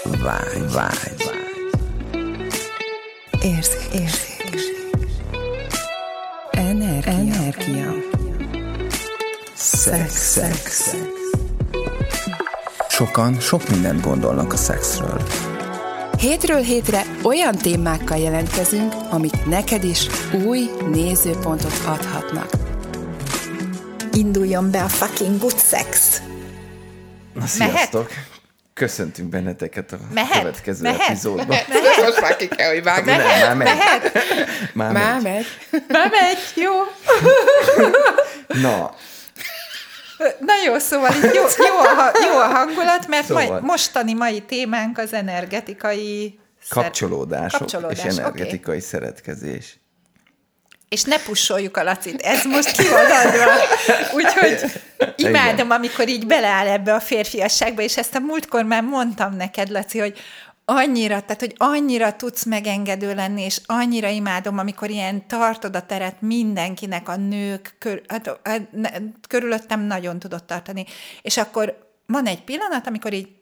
Vágy. Érzék. Energia. Szex. Sokan sok mindent gondolnak a szexről. Hétről hétre olyan témákkal jelentkezünk, amik neked is új nézőpontot adhatnak. Induljon be a fucking good sex! Na, sziasztok! Köszöntünk benneteket a következő Mehet? epizódban. Most már ki kell, hogy vágni. Már megy. Jó. Na. Na jó, szóval így jó a hangulat, mert Szóval. mai témánk az energetikai... Kapcsolódások és energetikai szeretkezés. És ne pusoljuk a Lacit, ez most ki van adva. Úgyhogy imádom, amikor így beleáll ebbe a férfiasságba, és ezt a múltkor már mondtam neked, Laci, hogy annyira tudsz megengedő lenni, és annyira imádom, amikor ilyen tartod a teret mindenkinek, a nők, körülöttem nagyon tudod tartani. És akkor van egy pillanat, amikor így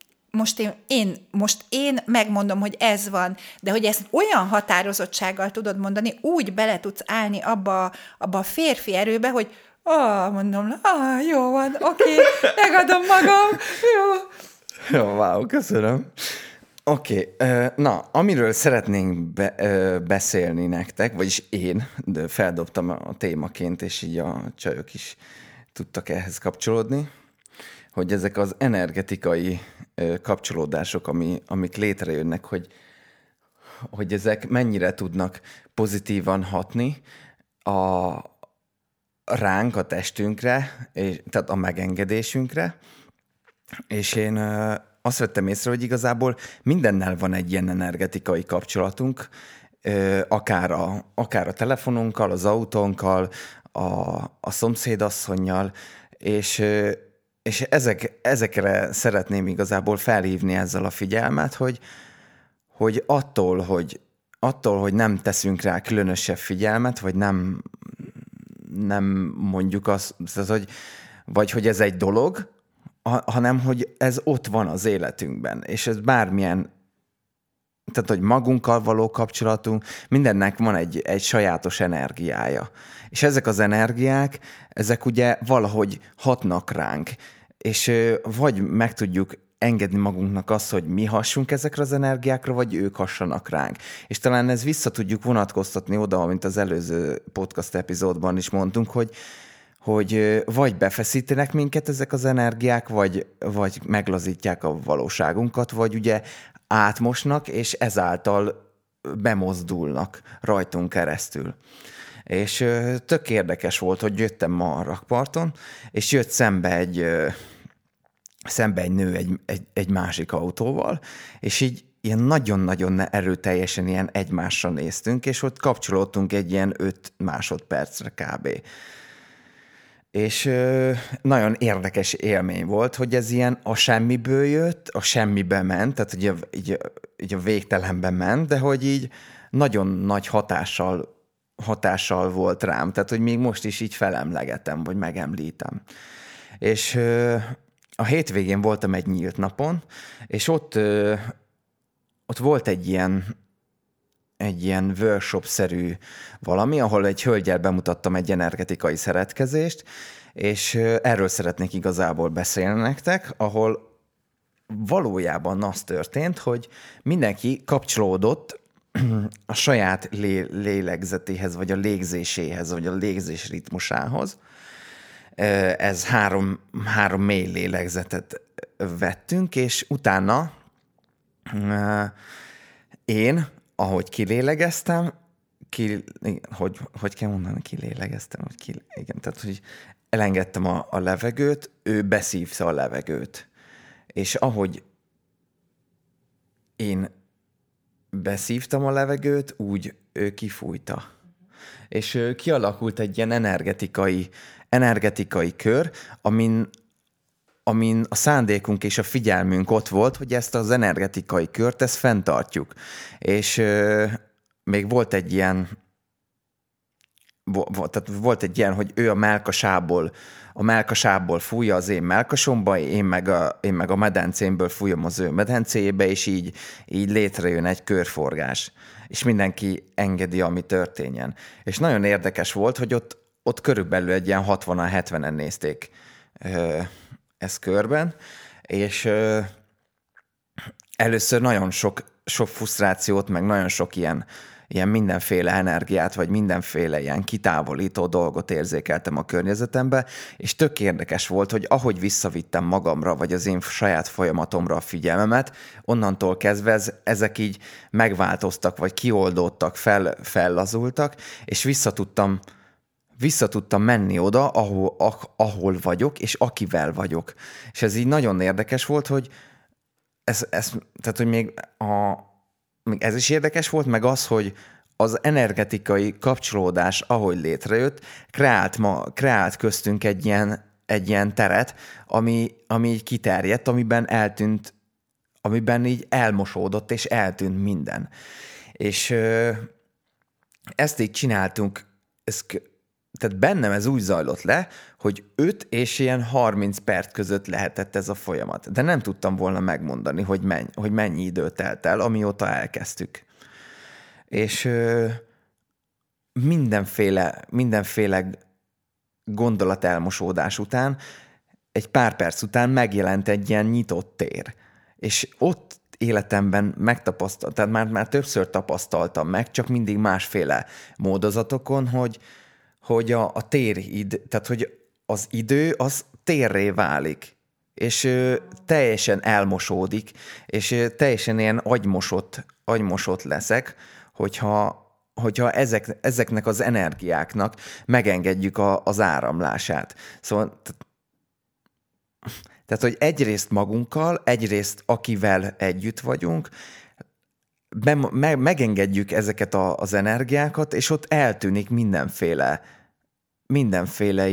most én megmondom, hogy ez van, de hogy ezt olyan határozottsággal tudod mondani, úgy bele tudsz állni abba a férfi erőbe, hogy mondom, jó van, oké, megadom magam, jó. Jó, wow, köszönöm. Oké, na, amiről szeretnénk beszélni nektek, vagyis én feldobtam a témaként, és így a csajok is tudtak ehhez kapcsolódni, hogy ezek az energetikai kapcsolódások, amik létrejönnek, hogy ezek mennyire tudnak pozitívan hatni ránk, a testünkre, tehát a megengedésünkre, és én azt vettem észre, hogy igazából mindennel van egy ilyen energetikai kapcsolatunk, akár a telefonunkkal, az autónkkal, a szomszédasszonnyal, és ezekre szeretném igazából felhívni ezzel a figyelmet, hogy attól, hogy nem teszünk rá különösebb figyelmet, vagy nem mondjuk azt, hogy ez egy dolog, hanem hogy ez ott van az életünkben, és ez bármilyen, tehát hogy magunkkal való kapcsolatunk, mindennek van egy sajátos energiája. És ezek az energiák, ezek ugye valahogy hatnak ránk, és vagy meg tudjuk engedni magunknak azt, hogy mi hassunk ezekre az energiákra, vagy ők hassanak ránk. És talán ez vissza tudjuk vonatkoztatni oda, mint az előző podcast epizódban is mondtunk, hogy vagy befeszítenek minket ezek az energiák, vagy meglazítják a valóságunkat, vagy ugye átmosnak, és ezáltal bemozdulnak rajtunk keresztül. És tök érdekes volt, hogy jöttem ma a rakparton, és jött szembe egy nő egy másik autóval, és így ilyen nagyon-nagyon erőteljesen ilyen egymásra néztünk, és ott kapcsolódtunk egy ilyen 5 másodpercre kb. És nagyon érdekes élmény volt, hogy ez ilyen a semmiből jött, a semmibe ment, tehát ugye így a végtelenbe ment, de hogy így nagyon nagy hatással volt rám, tehát hogy még most is így felemlegetem, vagy megemlítem. És a hétvégén voltam egy nyílt napon, és ott volt egy ilyen workshop-szerű valami, ahol egy hölgyel bemutattam egy energetikai szeretkezést, és erről szeretnék igazából beszélni nektek, ahol valójában az történt, hogy mindenki kapcsolódott a saját lélegzetéhez, vagy a légzéséhez, vagy a légzés ritmusához. Ez három mély lélegzetet vettünk, és utána én, ahogy kilélegeztem, hogy kell mondani, kilélegeztem, igen, tehát, hogy elengedtem a levegőt, ő beszívta a levegőt. És ahogy én beszívtam a levegőt, úgy ő kifújta. És kialakult egy ilyen energetikai kör, amin a szándékunk és a figyelmünk ott volt, hogy ezt az energetikai kört, ezt fenntartjuk. És még volt egy ilyen tehát volt egy ilyen, hogy ő a mellkasából fújja az én mellkasomba, én meg a medencémből fújom az ő medencéjébe, és így létrejön egy körforgás. És mindenki engedi, ami történjen. És nagyon érdekes volt, hogy ott körülbelül egy ilyen 60-70-en nézték ezt körben, és először nagyon sok frusztrációt, meg nagyon sok ilyen mindenféle energiát, vagy mindenféle ilyen kitávolító dolgot érzékeltem a környezetembe, és tök érdekes volt, hogy ahogy visszavittem magamra, vagy az én saját folyamatomra a figyelmemet, onnantól kezdve ezek így megváltoztak, vagy kioldódtak, fellazultak, és vissza tudtam menni oda, ahol vagyok, és akivel vagyok. És ez így nagyon érdekes volt, hogy tehát, hogy még ez is érdekes volt, meg az, hogy az energetikai kapcsolódás, ahogy létrejött, kreált köztünk egy ilyen teret, ami így kiterjedt, amiben így elmosódott, és eltűnt minden. És ezt így csináltunk, tehát bennem ez úgy zajlott le, hogy 5 és ilyen 30 perc között lehetett ez a folyamat. De nem tudtam volna megmondani, hogy mennyi idő telt el, amióta elkezdtük. És mindenféle gondolatelmosódás után, egy pár perc után megjelent egy ilyen nyitott tér. És ott életemben megtapasztaltam, tehát már többször tapasztaltam meg, csak mindig másféle módozatokon, hogy a tehát hogy az idő az térré válik, és teljesen elmosódik, és teljesen ilyen agymosott leszek, hogyha ezeknek az energiáknak megengedjük az áramlását. Szóval, tehát, hogy egyrészt magunkkal, egyrészt akivel együtt vagyunk, megengedjük ezeket az energiákat, és ott eltűnik mindenféle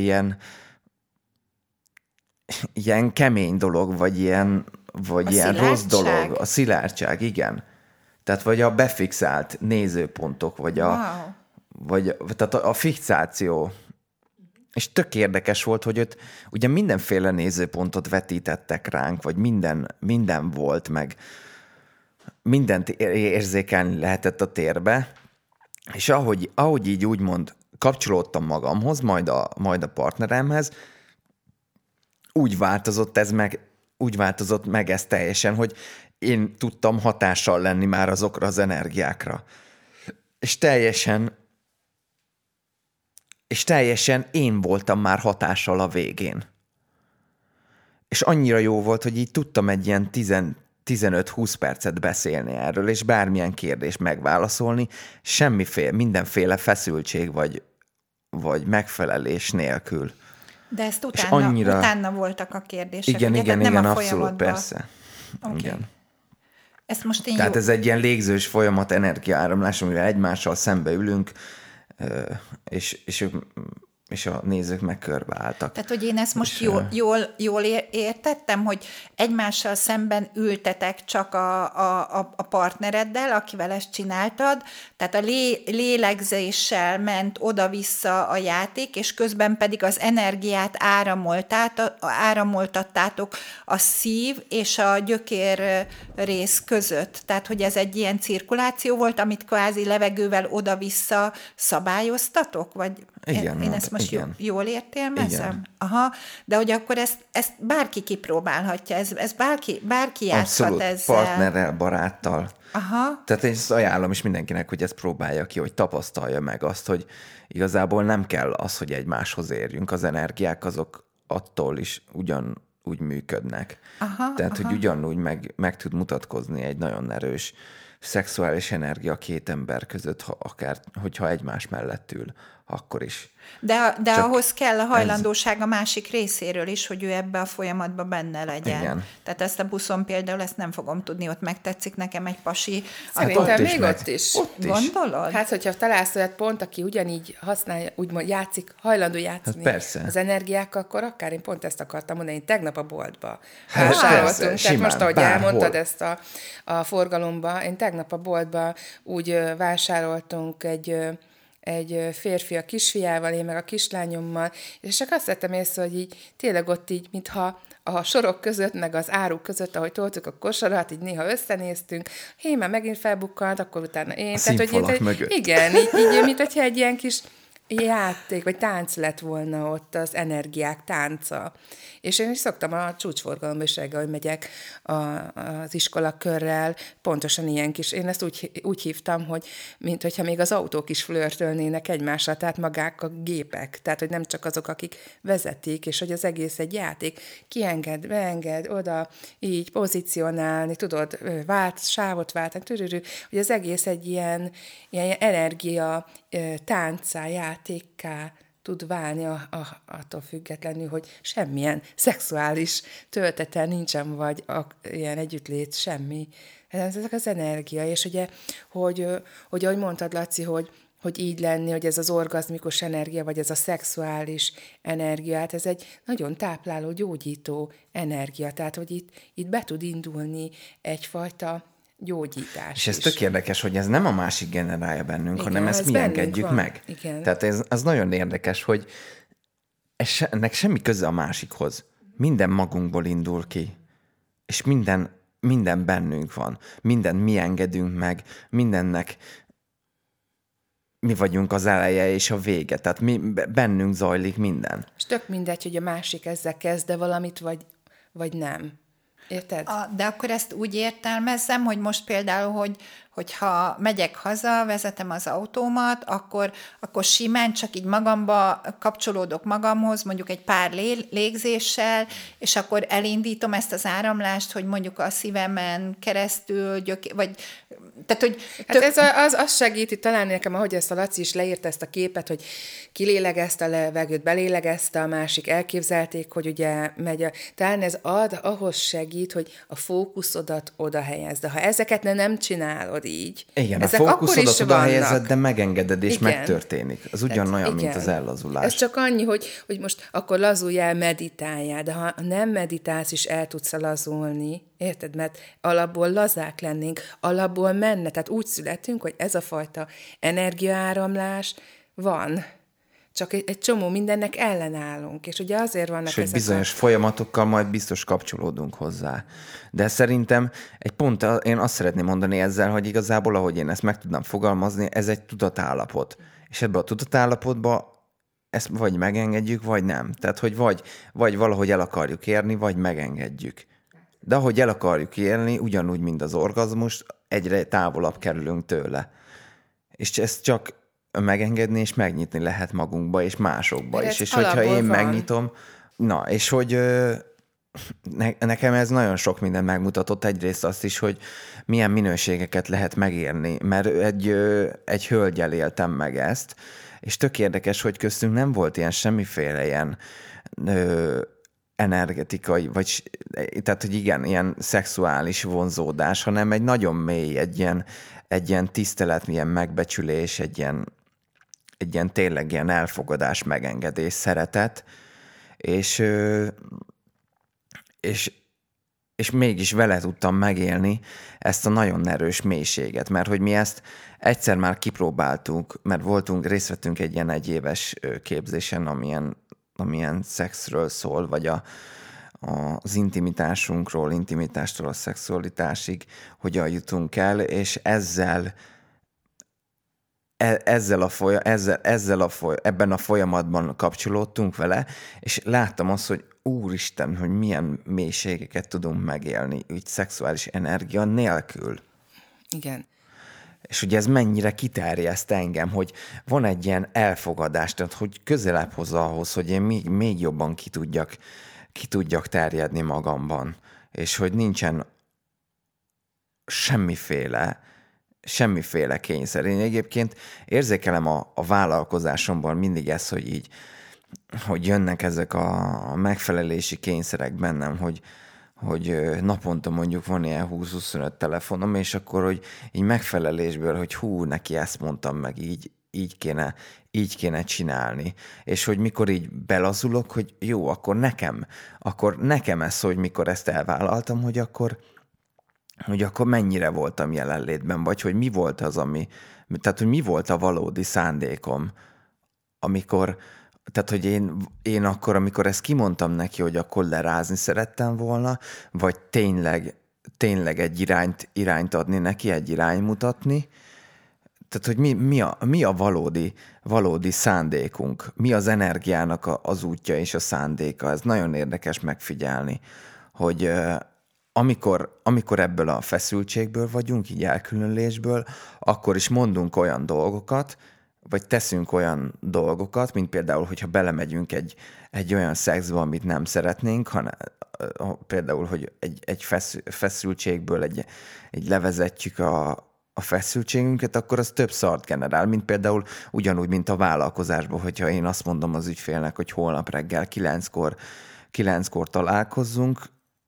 ilyen kemény dolog, vagy ilyen rossz dolog. A szilárdság, igen. Tehát vagy a befixált nézőpontok, vagy tehát a fixáció. És tök érdekes volt, hogy ott ugye mindenféle nézőpontot vetítettek ránk, vagy minden volt, meg mindent érzékelni lehetett a térbe, és ahogy így úgymond kapcsolódtam magamhoz, majd a partneremhez, úgy változott meg ez teljesen, hogy én tudtam hatással lenni már azokra az energiákra. És teljesen én voltam már hatással a végén. És annyira jó volt, hogy így tudtam egy ilyen 15-20 percet beszélni erről, és bármilyen kérdést megválaszolni, mindenféle feszültség vagy megfelelés nélkül. De ezt utána voltak a kérdések. Igen, abszolút, persze. Okay. Igen. Ezt most Tehát ez egy ilyen légzős folyamat, energiaáramlás, amivel egymással szembe ülünk, és a nézők meg körbeálltak. Tehát, hogy én ezt most jól értettem, hogy egymással szemben ültetek csak a partnereddel, akivel ezt csináltad, tehát a lélegzéssel ment oda-vissza a játék, és közben pedig az energiát áramoltattátok a szív és a gyökér rész között. Tehát, hogy ez egy ilyen cirkuláció volt, amit kvázi levegővel oda-vissza szabályoztatok? Vagy igen, én ezt most igen. Jól értelmezem? Igen. Aha, de hogy akkor ezt bárki kipróbálhatja, ez bárki játszhat abszolút, ezzel. partnerrel, baráttal. Aha. Tehát én ezt ajánlom is mindenkinek, hogy ezt próbálja ki, hogy tapasztalja meg azt, hogy igazából nem kell az, hogy egymáshoz érjünk. Az energiák azok attól is ugyanúgy működnek. Tehát, hogy ugyanúgy meg tud mutatkozni egy nagyon erős szexuális energia két ember között, hogyha egymás mellett ül, akkor is. De ahhoz kell a hajlandóság a másik részéről is, hogy ő ebbe a folyamatba benne legyen. Igen. Tehát ezt a buszon például ezt nem fogom tudni, ott megtetszik nekem egy pasi. Szerintem még ott is. Gondolod? Hát, hogyha találsz olyat pont, aki ugyanígy használja, úgymond játszik, hajlandó játszani az energiákkal, akkor akár én pont ezt akartam mondani, én tegnap a boltba vásároltunk. Tehát most, ahogy elmondtad ezt a forgalomba, én tegnap a boltba úgy vásároltunk egy férfi a kisfiával, én meg a kislányommal, és csak azt vettem észre, hogy így tényleg ott így, mintha a sorok között, meg az áruk között, ahogy toltuk a kosarat, így néha összenéztünk, már megint felbukkant, akkor utána én. A színfalak mögött. Igen, így mint hogyha egy ilyen kis játék, vagy tánc lett volna ott, az energiák tánca. És én is szoktam a csúcsforgalomba is reggel, hogy megyek az iskolakörrel, pontosan ilyen kis, én ezt úgy hívtam, hogy mint hogyha még az autók is flörtölnének egymással, tehát magák a gépek, tehát hogy nem csak azok, akik vezetik, és hogy az egész egy játék, kienged, beenged, oda, így pozícionálni, tudod, sávot váltani, hogy az egész egy ilyen energia táncá, játékká tud válni attól függetlenül, hogy semmilyen szexuális töltete nincsen, vagy ilyen együttlét, semmi. Ezek az energia, és ugye, hogy ahogy mondtad, Laci, hogy így lenni, hogy ez az orgazmikus energia, vagy ez a szexuális energia, hát ez egy nagyon tápláló, gyógyító energia, tehát hogy itt be tud indulni egyfajta gyógyítás. És ez tök érdekes, hogy ez nem a másik generálja bennünk, igen, hanem ezt mi engedjük meg. Igen. Tehát ez nagyon érdekes, hogy ennek semmi köze a másikhoz. Minden magunkból indul ki. És minden bennünk van. Minden mi engedünk meg. Mindennek mi vagyunk az eleje és a vége. Tehát bennünk zajlik minden. És tök mindegy, hogy a másik ezzel kezd valamit, vagy nem. Érted? De akkor ezt úgy értelmezzem, hogy most például, hogyha megyek haza, vezetem az autómat, akkor simán csak így magamba kapcsolódok magamhoz, mondjuk egy pár légzéssel, és akkor elindítom ezt az áramlást, hogy mondjuk a szívemen keresztül, vagy... Tehát, hogy hát az segíti talán nekem, ahogy ezt a Laci is leírta ezt a képet, hogy kilélegezte a levegőt, belélegezte a másik, elképzelték, hogy ugye megy talán ez ahhoz segít, hogy a fókuszodat oda helyezd. De ha ezeket nem csinálod így, igen, ezek a fókuszodat akkor is oda vannak. helyezed, de megengeded, és igen. megtörténik. Az ugyanolyan, mint az ellazulás. Ez csak annyi, hogy most akkor lazuljál, meditáljál, de ha nem meditálsz, is el tudsz lazulni, érted? Mert alapból lazák lennénk, alapból menne. Tehát úgy születünk, hogy ez a fajta energiaáramlás van. Csak egy csomó mindennek ellenállunk, és ugye azért vannak és hogy bizonyos folyamatokkal majd biztos kapcsolódunk hozzá. De szerintem egy pont, én azt szeretném mondani ezzel, hogy igazából, ahogy én ezt meg tudnám fogalmazni, ez egy tudatállapot. És ebben a tudatállapotban ezt vagy megengedjük, vagy nem. Tehát, hogy vagy valahogy el akarjuk érni, vagy megengedjük. De ahogy el akarjuk érni, ugyanúgy, mint az orgazmus, egyre távolabb kerülünk tőle. És ezt csak megengedni és megnyitni lehet magunkba és másokba is. És hogyha én megnyitom, és hogy nekem ez nagyon sok mindent megmutatott, egyrészt azt is, hogy milyen minőségeket lehet megérni, mert egy hölgyel éltem meg ezt, és tök érdekes, hogy köztünk nem volt ilyen semmiféle ilyen energetikai, tehát, hogy igen, ilyen szexuális vonzódás, hanem egy nagyon mély, egy ilyen tisztelet, ilyen megbecsülés, egy ilyen tényleg ilyen elfogadás, megengedés, szeretet, és mégis vele tudtam megélni ezt a nagyon erős mélységet, mert hogy mi ezt egyszer már kipróbáltuk, mert részt vettünk egy ilyen egyéves képzésen, amilyen szexről szól, vagy az intimitásunkról, intimitástól a szexualitásig, hogyan jutunk el, és ebben a folyamatban kapcsolódtunk vele, és láttam azt, hogy úristen, hogy milyen mélységeket tudunk megélni, úgy szexuális energia nélkül. Igen. És ugye ez mennyire kiterjeszt engem, hogy van egy ilyen elfogadás, tehát hogy közelebb hozza ahhoz, hogy én még jobban ki tudjak terjedni magamban, és hogy nincsen semmiféle kényszer. Én egyébként érzékelem a vállalkozásomban mindig ezt, hogy jönnek ezek a megfelelési kényszerek bennem, hogy naponta mondjuk van ilyen 20-25 telefonom, és akkor, hogy így megfelelésből, hogy neki ezt mondtam meg, így kéne csinálni. És hogy mikor így belazulok, hogy jó, akkor nekem ez, hogy mikor ezt elvállaltam, hogy akkor hogy akkor mennyire voltam jelenlétben, vagy hogy mi volt az, tehát hogy mi volt a valódi szándékom, amikor, tehát hogy én akkor, amikor ezt kimondtam neki, hogy akkor lerázni szerettem volna, vagy tényleg egy irányt adni neki, egy irány mutatni, tehát, hogy mi a valódi szándékunk, mi az energiának az útja és a szándéka. Ez nagyon érdekes megfigyelni, hogy amikor ebből a feszültségből vagyunk, így elkülönülésből, akkor is mondunk olyan dolgokat, vagy teszünk olyan dolgokat, mint például, hogyha belemegyünk egy olyan szexbe, amit nem szeretnénk, hanem például, hogy egy feszültségből egy levezetjük a feszültségünket, akkor az több szart generál, mint például ugyanúgy, mint a vállalkozásban, hogyha én azt mondom az ügyfélnek, hogy holnap reggel 9-kor találkozzunk,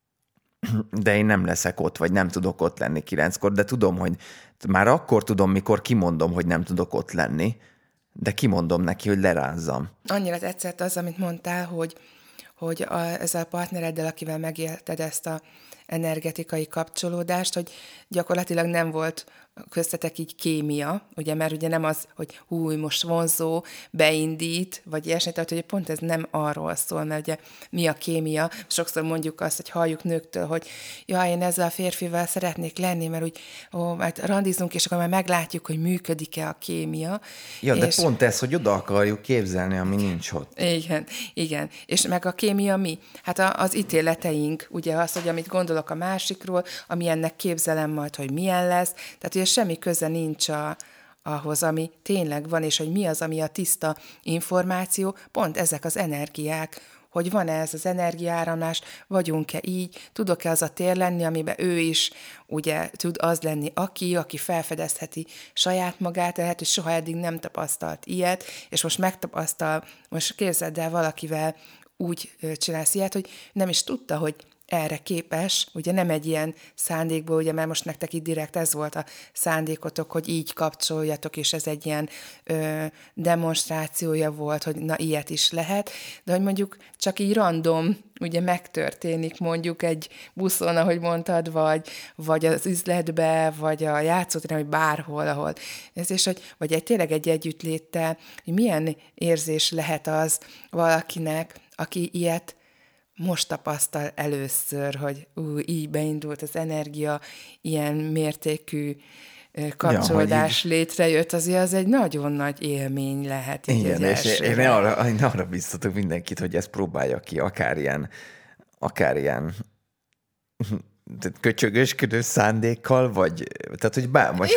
de én nem leszek ott, vagy nem tudok ott lenni 9-kor, de tudom, hogy már akkor tudom, mikor kimondom, hogy nem tudok ott lenni, de kimondom neki, hogy lerázzam. Annyira tetszett az, amit mondtál, hogy ezzel a partnereddel, akivel megélted ezt a energetikai kapcsolódást, hogy gyakorlatilag nem volt köztetek így kémia, ugye, mert ugye nem az, hogy most vonzó, beindít, vagy ilyesmi, tehát hogy pont ez nem arról szól, mert ugye mi a kémia, sokszor mondjuk azt, hogy halljuk nőktől, hogy jaj, én ezzel a férfivel szeretnék lenni, mert úgy, hát randizunk, és akkor már meglátjuk, hogy működik-e a kémia. Ja, de pont ez, hogy oda akarjuk képzelni, ami nincs ott. Igen. És meg a kémia mi? Hát az ítéleteink, ugye az, hogy amit gondolok a másikról, amilyennek képzelem majd, hogy milyen lesz, tehát ugye semmi köze nincs ahhoz, ami tényleg van, és hogy mi az, ami a tiszta információ, pont ezek az energiák, hogy van-e ez az energiaáramlás, vagyunk-e így, tudok-e az a tér lenni, amiben ő is ugye tud az lenni, aki felfedezheti saját magát, lehet, hogy soha eddig nem tapasztalt ilyet, és most megtapasztal, most képzeld el valakivel úgy csinálsz ilyet, hogy nem is tudta, hogy erre képes, ugye nem egy ilyen szándékból, ugye, mert most nektek itt direkt ez volt a szándékotok, hogy így kapcsoljatok, és ez egy ilyen demonstrációja volt, hogy na, ilyet is lehet, de hogy mondjuk csak így random, ugye megtörténik mondjuk egy buszon, ahogy mondtad, vagy az üzletbe, vagy a játszótéren, vagy bárhol, ahol ez, és hogy, vagy tényleg egy együttléttel, hogy milyen érzés lehet az valakinek, aki ilyet most tapasztal először, hogy így beindult az energia, ilyen mértékű kapcsolódás létrejött, azért az egy nagyon nagy élmény lehet. Igen, és én arra biztatok mindenkit, hogy ezt próbálja ki, akár ilyen köcsögösködő szándékkal, vagy tehát, hogy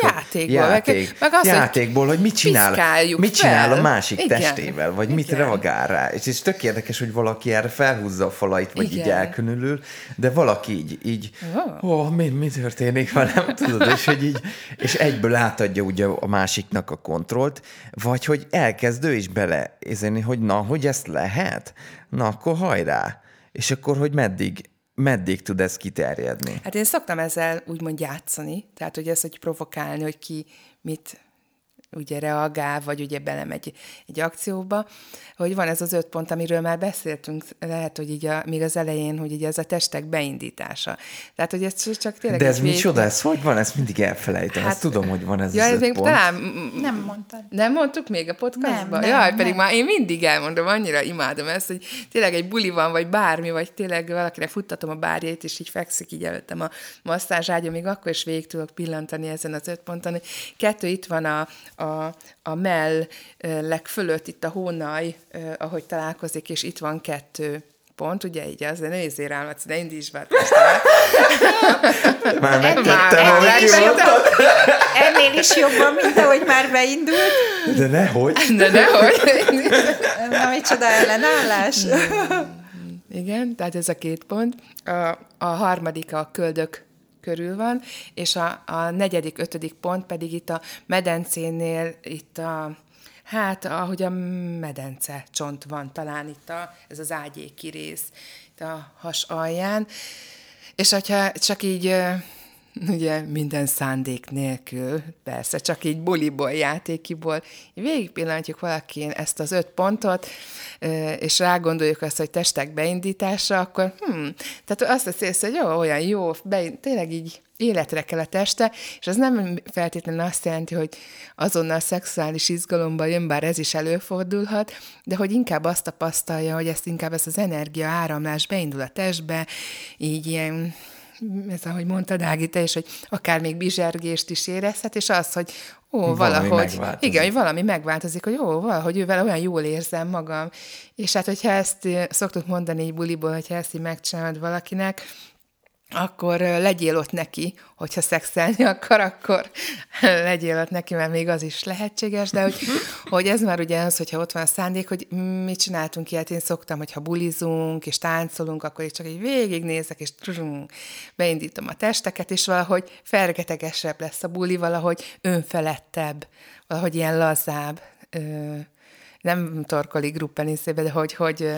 játékból, hogy mit csinál a másik testével, vagy mit reagál rá. És tök érdekes, hogy valaki erre felhúzza a falait, vagy így elkülönül, de valaki így mi történik, ha nem tudod, és hogy így, és egyből átadja ugye a másiknak a kontrollt, vagy hogy elkezd ő is beleézni, hogy hogy ezt lehet? Na, akkor hajrá! És akkor, hogy meddig tud ez kiterjedni? Hát én szoktam ezzel úgymond játszani, tehát hogy ez, hogy provokálni, hogy ki mit ugye reagál, vagy ugye belemegy egy akcióba, hogy van ez az 5 pont, amiről már beszéltünk, lehet, hogy így még az elején, hogy így ez a testek beindítása. Tehát, hogy ez csak tényleg... De ez micsoda? Ez hogy van? Ezt mindig elfelejtem. Hát, ezt tudom, hogy van ez az 5 pont. Talán, nem mondtad. Nem mondtuk még a podcastban? Nem. Pedig már én mindig elmondom, annyira imádom ezt, hogy tényleg egy buli van, vagy bármi, vagy tényleg valakinek futtatom a bárjait, és így fekszik így előttem a masszázságyon, még akkor is végig tudok pillantani ezen az 5 ponton. 2 itt van a mellek fölött, itt a hónaj, ahogy találkozik, és itt van 2 pont, ugye így az, de nézzél rám, Laci, de indíts be. Már megtettem, ahogy kimondtad. Ennél is jobban, mint ahogy már beindult. De nehogy. Na, micsoda ellenállás. Igen, tehát ez a 2 pont. A harmadik a köldök körül van, és a 4., 5. pont pedig itt a medencénél, itt ahogy a medence csont van, talán itt ez az ágyéki rész, itt a has alján, és hogyha csak így, ugye minden szándék nélkül, persze, csak így buliból, játékiból, végigpillantjuk valakin ezt az 5 pontot, és rágondoljuk azt, hogy testek beindítása, akkor tehát azt lesz észre, hogy olyan jó, tényleg így életre kell a teste, és az nem feltétlenül azt jelenti, hogy azonnal szexuális izgalomba jön, bár ez is előfordulhat, de hogy inkább azt tapasztalja, hogy inkább ez az energia áramlás beindul a testbe, így ilyen, ez ahogy mondtad, Ági, te is, hogy akár még bizsergést is érezhet, és az, hogy valahogy, igen, hogy valami megváltozik, hogy valahogy ővel olyan jól érzem magam. És hát, hogyha ezt szoktuk mondani így buliból, hogyha ezt így megcsinálod valakinek, akkor legyél ott neki, hogyha szexelni akar, akkor legyél ott neki, mert még az is lehetséges, de hogy ez már ugye az, hogyha ott van a szándék, hogy mit csináltunk ilyet, én szoktam, hogyha bulizunk és táncolunk, akkor így csak így végignézek, és beindítom a testeket, és valahogy fergetegesebb lesz a buli, valahogy önfelettebb, valahogy ilyen lazább, nem torkoli gruppeniszébe, de hogy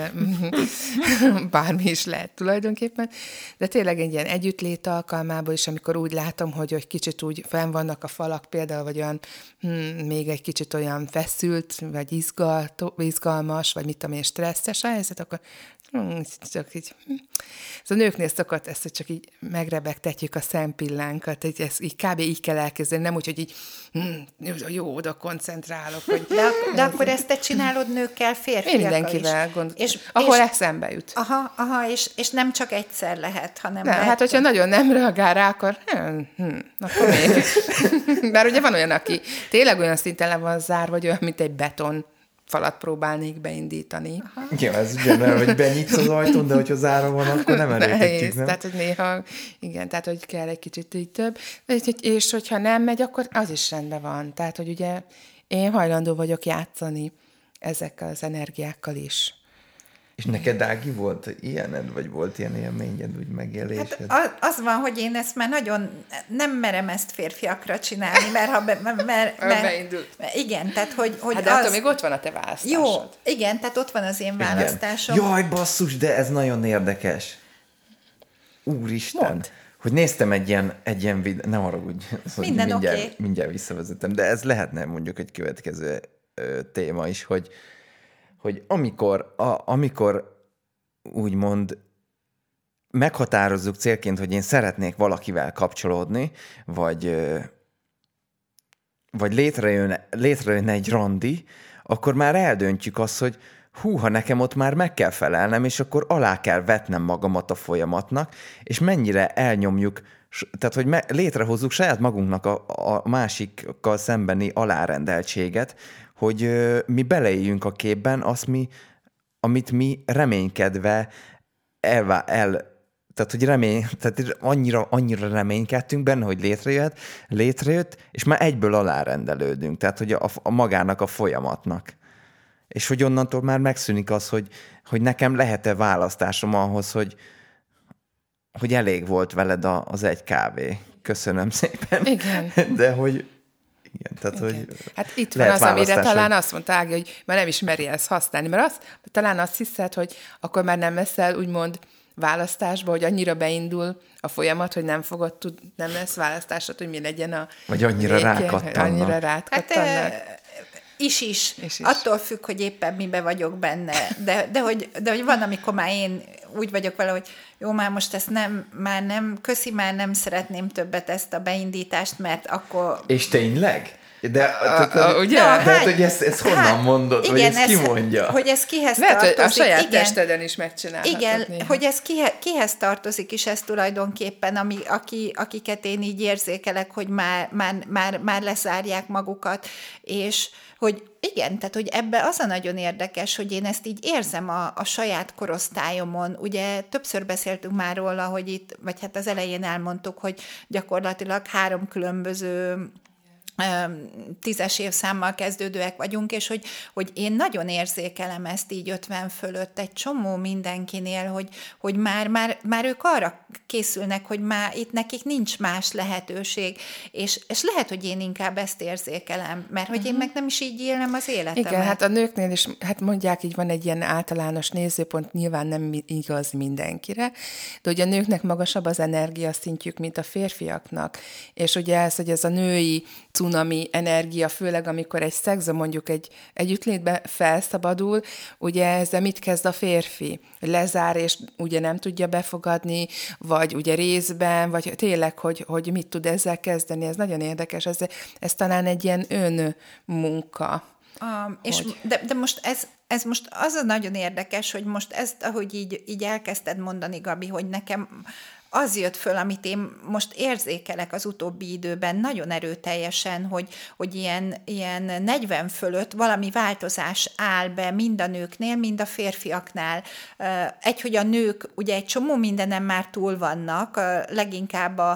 bármi is lehet tulajdonképpen. De tényleg egy ilyen együttlét alkalmából is, amikor úgy látom, hogy kicsit úgy fenn vannak a falak például, vagy olyan még egy kicsit olyan feszült, vagy izgalmas, vagy mit tudom én, stresszes a helyzet, akkor csak így. Ez a nőknél szokott ezt, hogy csak így megrebegtetjük a szempillánkat, ezt így kb. Így kell elképzelni, nem úgy, hogy így jó, oda koncentrálok. Hogy de akkor ezt te csinálod nőkkel, férfiakkal mindenkivel is. Ahol eszembe jut. Aha, és nem csak egyszer lehet, hanem... Nem, hát hogyha nagyon nem reagál rá, akkor akkor még. Mert ugye van olyan, aki tényleg olyan szinten le van zárva, vagy olyan, mint egy beton falat próbálnék beindítani. Aha. Ja, ez ugyanolyan, hogy benyitsz az ajtón, de hogyha zára van, akkor nem erőltetjük, nem? Tehát, hogy néha, igen, tehát, hogy kell egy kicsit így több. És hogyha nem megy, akkor az is rendben van. Tehát, hogy ugye én hajlandó vagyok játszani ezekkel az energiákkal is. És neked, Ági, volt ilyened, vagy volt ilyen élményed, úgy megélésed? Hát az van, hogy én ezt már nagyon nem merem ezt férfiakra csinálni, mert ha beindul. Igen, tehát hogy hát de attól még ott van a te választásod. Jó, igen, tehát ott van az én választásom. Jaj, basszus, de ez nagyon érdekes. Úristen. Mondd. Hogy néztem egy ilyen videó, nem haragudj, mindjárt visszavezetem, de ez lehetne mondjuk egy következő téma is, hogy amikor úgymond meghatározzuk célként, hogy én szeretnék valakivel kapcsolódni, vagy létrejön egy randi, akkor már eldöntjük azt, hogy ha nekem ott már meg kell felelnem, és akkor alá kell vetnem magamat a folyamatnak, és mennyire elnyomjuk, tehát hogy létrehozzuk saját magunknak a másikkal szembeni alárendeltséget, hogy mi beleéljünk a képben azt, amit mi reménykedve tehát, hogy tehát annyira reménykedtünk benne, hogy létrejött, és már egyből alárendelődünk, tehát, hogy a magának a folyamatnak. És hogy onnantól már megszűnik az, hogy nekem lehet-e választásom ahhoz, hogy elég volt veled az egy kávé. Köszönöm szépen. Igen. De hogy igen, tehát, igen. hogy hát itt van az, amire talán azt mondta Ági, hogy már nem is meri ezt használni, mert talán azt hiszed, hogy akkor már nem leszel úgymond választásba, hogy annyira beindul a folyamat, hogy nem lesz választásod, hogy mi legyen a... Vagy annyira rákattannak. Hát, is. Attól függ, hogy éppen mibe vagyok benne. De hogy van, amikor már én úgy vagyok vele, hogy jó, már most ezt már nem szeretném többet ezt a beindítást, mert akkor... És tényleg? De ugye? Hogy ezt honnan mondod? Igen, vagy ezt ki mondja? Hogy ez kihez lehet, tartozik. Hogy a saját testeden is megcsinálhatod. Igen, néha. hogy ez kihez tartozik is ez tulajdonképpen, akiket én így érzékelek, hogy már leszárják magukat, és hogy igen, tehát hogy ebbe az a nagyon érdekes, hogy én ezt így érzem a saját korosztályomon. Ugye többször beszéltünk már róla, hogy itt, vagy hát az elején elmondtuk, hogy gyakorlatilag 3 különböző 10-es évszámmal kezdődőek vagyunk, és hogy én nagyon érzékelem ezt így 50 fölött egy csomó mindenkinél, hogy már ők arra készülnek, hogy már itt nekik nincs más lehetőség, és lehet, hogy én inkább ezt érzékelem, mert hogy én meg nem is így élem az életemet. Igen, hát a nőknél is, hát mondják, így van egy ilyen általános nézőpont, nyilván nem igaz mindenkire, de ugye a nőknek magasabb az energiaszintjük, mint a férfiaknak, és ugye ez, hogy ez a női cunami energia, főleg amikor egy szexo mondjuk egy együttlétbe felszabadul, ugye ezzel mit kezd a férfi? Lezár, és ugye nem tudja befogadni, vagy ugye részben, vagy tényleg, hogy mit tud ezzel kezdeni. Ez nagyon érdekes, ez talán egy ilyen önmunka. De most ez most az a nagyon érdekes, hogy most ezt, ahogy így elkezdted mondani, Gabi, hogy nekem az jött föl, amit én most érzékelek az utóbbi időben nagyon erőteljesen, hogy ilyen 40 fölött valami változás áll be mind a nőknél, mind a férfiaknál. Hogy a nők ugye egy csomó mindenen már túl vannak, leginkább a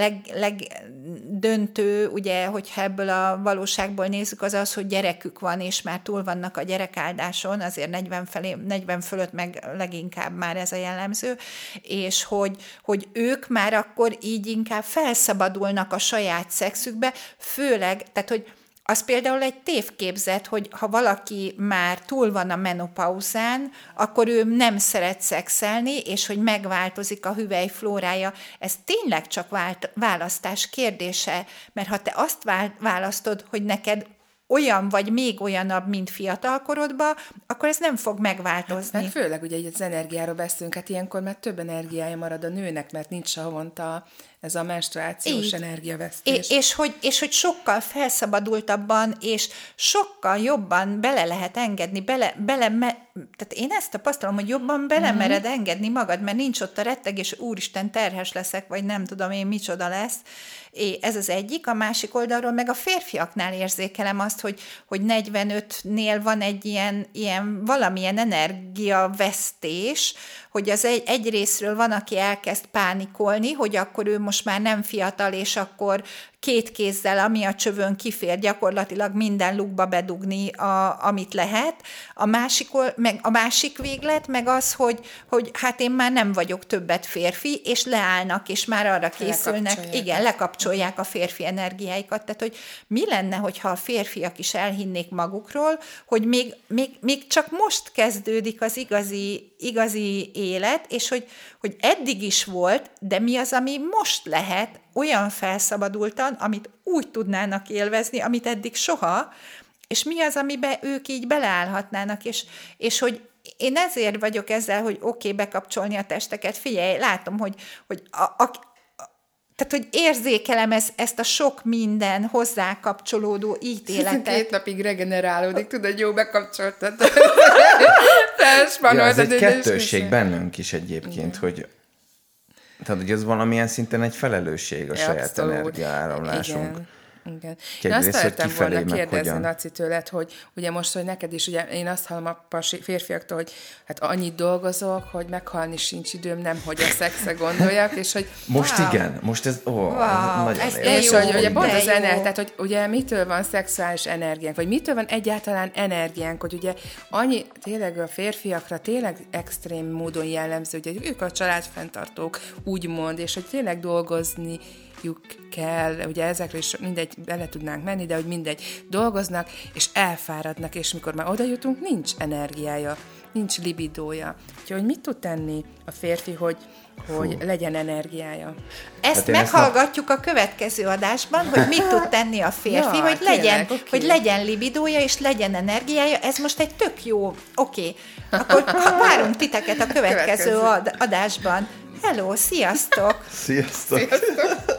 legdöntő, ugye, hogyha ebből a valóságból nézzük, az, hogy gyerekük van, és már túl vannak a gyerekáldáson, azért 40 fölött meg leginkább már ez a jellemző, és hogy ők már akkor így inkább felszabadulnak a saját szexükbe, főleg, tehát hogy az például egy tévképzet, hogy ha valaki már túl van a menopauzán, akkor ő nem szeret szexelni, és hogy megváltozik a hüvelyflórája. Ez tényleg csak választás kérdése, mert ha te azt választod, hogy neked olyan vagy még olyanabb, mint fiatalkorodban, akkor ez nem fog megváltozni. Mert főleg ugye az energiáról beszélünk, hát ilyenkor már több energiája marad a nőnek, mert nincs havonta ez a menstruációs energiavesztés. És hogy sokkal felszabadultabban, és sokkal jobban bele lehet engedni, tehát én ezt tapasztalom, hogy jobban belemered engedni magad, mert nincs ott a rettegés, úristen, terhes leszek, vagy nem tudom én, micsoda lesz. Ez az egyik, a másik oldalról meg a férfiaknál érzékelem azt, hogy 45-nél van egy ilyen valamilyen energiavesztés, hogy az egy részről van, aki elkezd pánikolni, hogy akkor ő most már nem fiatal, és akkor két kézzel, ami a csövön kifér, gyakorlatilag minden lukba bedugni, amit lehet. A másik véglet meg az, hogy hát én már nem vagyok többet férfi, és leállnak, és már arra készülnek, lekapcsolják a férfi energiáikat. Tehát, hogy mi lenne, hogyha a férfiak is elhinnék magukról, hogy még csak most kezdődik az igazi élet, és hogy eddig is volt, de mi az, ami most lehet olyan felszabadultan, amit úgy tudnának élvezni, amit eddig soha, és mi az, amiben ők így beleállhatnának, és hogy én ezért vagyok ezzel, hogy oké, bekapcsolni a testeket, figyelj, látom, tehát, hogy érzékelem ezt a sok minden hozzá kapcsolódó ítéletet. 2 napig regenerálódik, tudod, jó, bekapcsoltad. Ez egy kettősség bennünk is egyébként, hogy tehát, hogy ez valamilyen szinten egy felelősség a saját energiaáramlásunk. Igen. Én azt szerettem volna kérdezni, Laci, tőled, hogy ugye most, hogy neked is, ugye én azt hallom a férfiaktól, hogy hát annyit dolgozok, hogy meghalni sincs időm, nem, hogy a szexre gondoljak, és hogy... Most igen, most ez nagyon érdekes. És hogy ugye pont az tehát, hogy ugye mitől van szexuális energiánk, vagy mitől van egyáltalán energiánk, hogy ugye annyi, tényleg a férfiakra tényleg extrém módon jellemző, hogy ők a családfenntartók, úgymond, és hogy tényleg dolgozni kell, ugye ezekre is mindegy, bele tudnánk menni, de hogy mindegy, dolgoznak, és elfáradnak, és mikor már oda jutunk, nincs energiája, nincs libidója. Úgyhogy mit tud tenni a férfi, hogy legyen energiája? Ezt meghallgatjuk a következő adásban, hogy mit tud tenni a férfi, hogy legyen libidója, és legyen energiája. Ez most egy tök jó, oké. Akkor várunk titeket a következő adásban. Hello, sziasztok! Sziasztok!